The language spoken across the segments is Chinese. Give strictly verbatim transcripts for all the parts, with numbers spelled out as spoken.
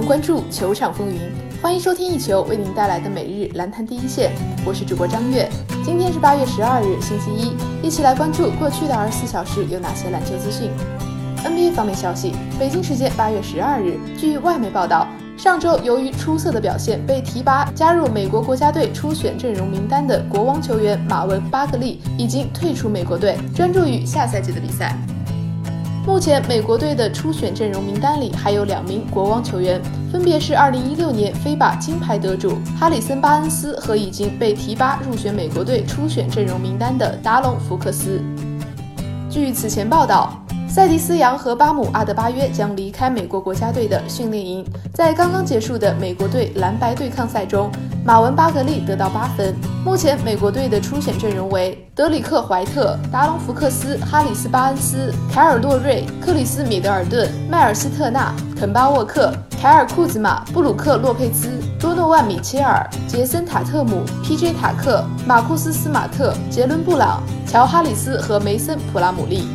关注球场风云，欢迎收听一球为您带来的每日篮坛第一线，我是主播张悦。今天是八月十二日，星期一，一起来关注过去的二十四小时有哪些篮球资讯。N B A 方面消息，北京时间八月十二日，据外媒报道，上周由于出色的表现被提拔加入美国国家队初选阵容名单的国王球员马文·巴格利已经退出美国队，专注于下赛季的比赛。目前美国队的初选阵容名单里还有两名国王球员，分别是二零一六年飞靶金牌得主哈里森·巴恩斯和已经被提拔入选美国队初选阵容名单的达隆·福克斯。据此前报道，塞迪斯·杨和巴姆·阿德巴约将离开美国国家队的训练营。在刚刚结束的美国队蓝白对抗赛中，马文·巴格利得到八分。目前美国队的初选阵容为德里克·怀特、达隆·福克斯、哈里斯·巴恩斯、凯尔·洛瑞、克里斯·米德尔顿、迈尔斯·特纳、肯巴·沃克、凯尔·库兹马、布鲁克·洛佩兹、多诺万·米切尔、杰森·塔特姆、P J 塔克、马库斯·斯马特、杰伦·布朗、乔·哈里斯和梅森·普拉姆利。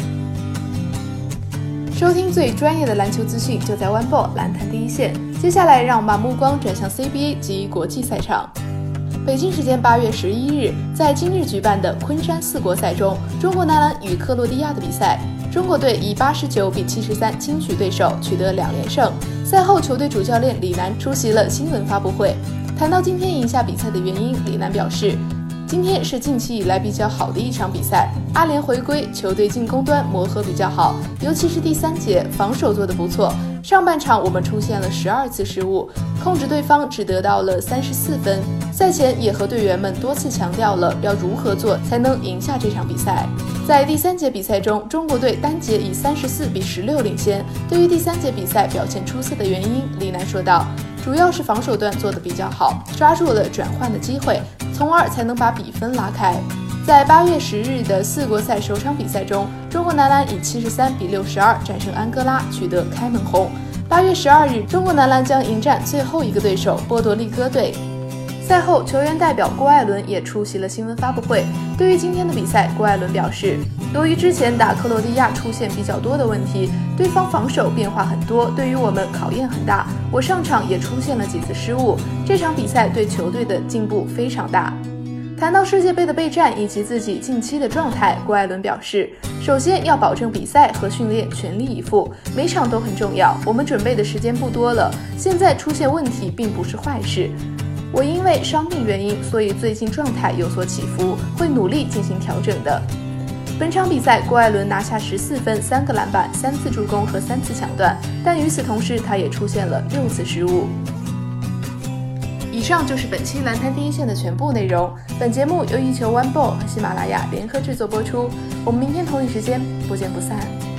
收听最专业的篮球资讯，就在One Ball篮坛第一线。接下来，让我们把目光转向 C B A 及国际赛场。北京时间八月十一日，在今日举办的昆山四国赛中，中国男篮与克罗地亚的比赛，中国队以八十九比七十三轻取对手，取得两连胜。赛后，球队主教练李楠出席了新闻发布会，谈到今天赢下比赛的原因，李楠表示，今天是近期以来比较好的一场比赛，阿联回归，球队进攻端磨合比较好，尤其是第三节防守做得不错。上半场我们出现了十二次失误，控制对方只得到了三十四分。赛前也和队员们多次强调了要如何做才能赢下这场比赛。在第三节比赛中，中国队单节以三十四比十六领先。对于第三节比赛表现出色的原因，李楠说道，主要是防守端做得比较好，抓住了转换的机会，从而才能把比分拉开。在八月十日的四国赛首场比赛中，中国男篮以七十三比六十二战胜安哥拉，取得开门红。八月十二日，中国男篮将迎战最后一个对手波多黎各队。赛后，球员代表郭艾伦也出席了新闻发布会。对于今天的比赛，郭艾伦表示，由于之前打克罗地亚出现比较多的问题，对方防守变化很多，对于我们考验很大。我上场也出现了几次失误，这场比赛对球队的进步非常大。谈到世界杯的备战以及自己近期的状态，郭艾伦表示，首先要保证比赛和训练全力以赴，每场都很重要，我们准备的时间不多了，现在出现问题并不是坏事。我因为伤病原因，所以最近状态有所起伏，会努力进行调整的。本场比赛，郭艾伦拿下十四分、三个篮板、三次助攻和三次抢断，但与此同时，他也出现了六次失误。以上就是本期篮坛第一线的全部内容。本节目由一球 One Ball 和喜马拉雅联合制作播出。我们明天同一时间不见不散。